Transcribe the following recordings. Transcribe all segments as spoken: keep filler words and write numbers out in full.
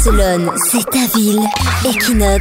Barcelone, c'est ta ville. Equinox,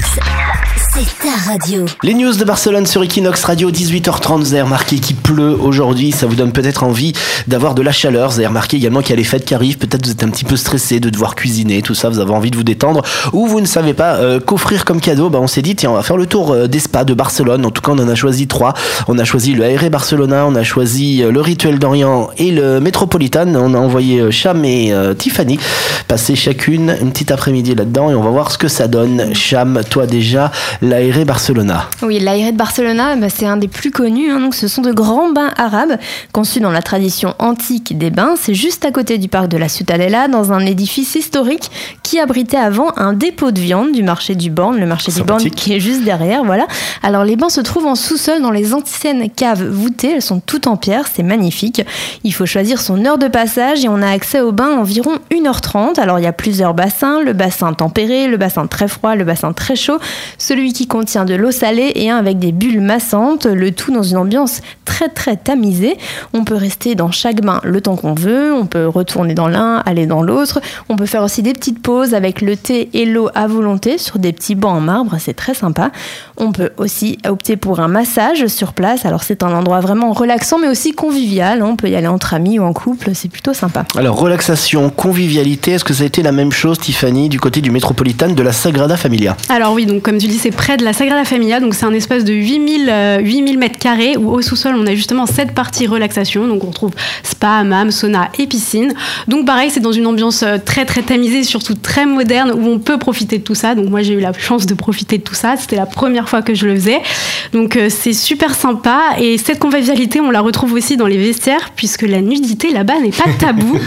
c'est ta radio. Les news de Barcelone sur Equinox Radio, dix-huit heures trente. Vous avez remarqué qu'il pleut aujourd'hui, ça vous donne peut-être envie d'avoir de la chaleur. Vous avez remarqué également qu'il y a les fêtes qui arrivent. Peut-être vous êtes un petit peu stressé de devoir cuisiner, tout ça, vous avez envie de vous détendre. Ou vous ne savez pas euh, qu'offrir comme cadeau. Bah, on s'est dit, tiens, on va faire le tour euh, des spas de Barcelone. En tout cas, on en a choisi trois. On a choisi le Aire Barcelona, on a choisi euh, le Rituel d'Orient et le Metropolitan. On a envoyé euh, Cham et euh, Tiffany passer chacune une petite après-midi là-dedans et on va voir ce que ça donne. Cham, toi déjà, l'Aire Barcelona. Oui, l'Aire de Barcelona, bah, c'est un des plus connus. Hein, donc ce sont de grands bains arabes conçus dans la tradition antique des bains. C'est juste à côté du parc de la Ciutadella, dans un édifice historique qui abritait avant un dépôt de viande du marché du Born, le marché Sympathique. du Born qui est juste derrière. Voilà. Alors les bains se trouvent en sous-sol dans les anciennes caves voûtées. Elles sont toutes en pierre, c'est magnifique. Il faut choisir son heure de passage et on a accès aux bains environ une heure trente. Alors il y a plusieurs bassins, le bassin tempéré, le bassin très froid, le bassin très chaud, celui qui contient de l'eau salée et un avec des bulles massantes, le tout dans une ambiance très très tamisée. On peut rester dans chaque bain le temps qu'on veut, on peut retourner dans l'un, aller dans l'autre. On peut faire aussi des petites pauses avec le thé et l'eau à volonté sur des petits bancs en marbre, c'est très sympa. On peut aussi opter pour un massage sur place. Alors c'est un endroit vraiment relaxant mais aussi convivial. On peut y aller entre amis ou en couple, c'est plutôt sympa. Alors relaxation, convivialité, est-ce que ça a été la même chose, Tiffany, du côté du Metropolitan, de la Sagrada Familia? Alors oui, donc comme tu dis, c'est près de la Sagrada Familia, donc c'est un espace de huit mille mètres carrés où au sous-sol on a justement cette partie relaxation, donc on retrouve spa, hammam, sauna et piscine. Donc pareil, c'est dans une ambiance très très tamisée, surtout très moderne, où on peut profiter de tout ça. Donc moi j'ai eu la chance de profiter de tout ça, c'était la première fois que je le faisais, donc euh, c'est super sympa. Et cette convivialité on la retrouve aussi dans les vestiaires, puisque la nudité là-bas n'est pas tabou.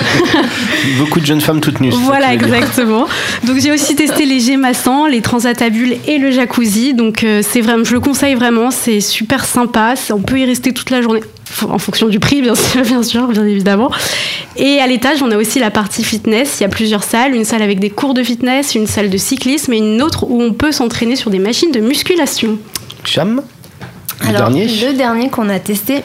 Beaucoup de jeunes femmes toutes nues. Voilà, exactement. Donc j'ai aussi testé les jets massants, les transats à bulles et le jacuzzi. Donc euh, c'est vraiment, je le conseille vraiment, c'est super sympa. On peut y rester toute la journée, en fonction du prix, bien sûr, bien sûr, bien évidemment. Et à l'étage, on a aussi la partie fitness. Il y a plusieurs salles, une salle avec des cours de fitness, une salle de cyclisme et une autre où on peut s'entraîner sur des machines de musculation. Cham, le Alors, dernier le dernier qu'on a testé,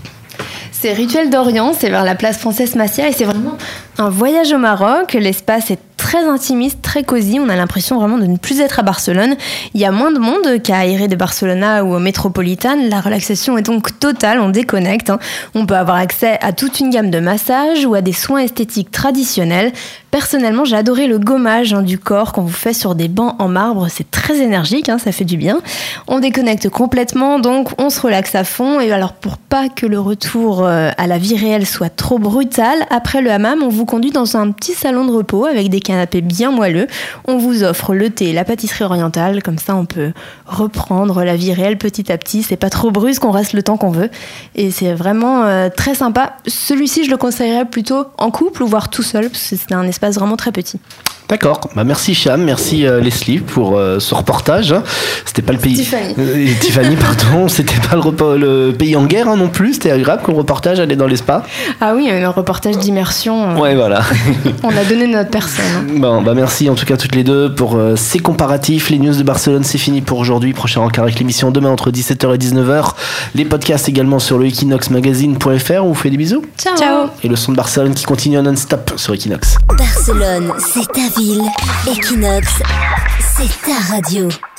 c'est Rituel d'Orient, c'est vers la place Princesse Massia et c'est vraiment un voyage au Maroc. L'espace est très intimiste, très cosy. On a l'impression vraiment de ne plus être à Barcelone. Il y a moins de monde qu'à Aire de Barcelona ou au Metropolitan. La relaxation est donc totale, on déconnecte. Hein. On peut avoir accès à toute une gamme de massages ou à des soins esthétiques traditionnels. Personnellement, j'ai adoré le gommage hein, du corps qu'on vous fait sur des bancs en marbre. C'est très énergique, hein, ça fait du bien. On déconnecte complètement, donc on se relaxe à fond. Et alors, pour pas que le retour euh, à la vie réelle soit trop brutal, après le hammam, on vous conduit dans un petit salon de repos avec des canapés bien moelleux. On vous offre le thé et la pâtisserie orientale. Comme ça, on peut reprendre la vie réelle petit à petit. C'est pas trop brusque, on reste le temps qu'on veut. Et c'est vraiment euh, très sympa. Celui-ci, je le conseillerais plutôt en couple ou voire tout seul, parce que c'est un espace vraiment très petit. D'accord, bah merci Cham, merci euh, Leslie pour euh, ce reportage. Hein. C'était pas le pays. Tiffany. Euh, Tiffany, pardon, c'était pas le, repo... le pays en guerre hein, non plus. C'était agréable comme reportage, aller dans les spas. Ah oui, un reportage d'immersion. Ouais, voilà. On a donné notre personne. Hein. Bon, bah merci en tout cas toutes les deux pour euh, ces comparatifs. Les news de Barcelone, c'est fini pour aujourd'hui. Prochain rencard avec l'émission demain entre dix-sept heures et dix-neuf heures. Les podcasts également sur le equinox magazine point f r. On vous fait des bisous. Ciao. Ciao. Et le son de Barcelone qui continue en non-stop sur Equinox. Barcelone, c'est ta ville. Equinox, c'est ta radio.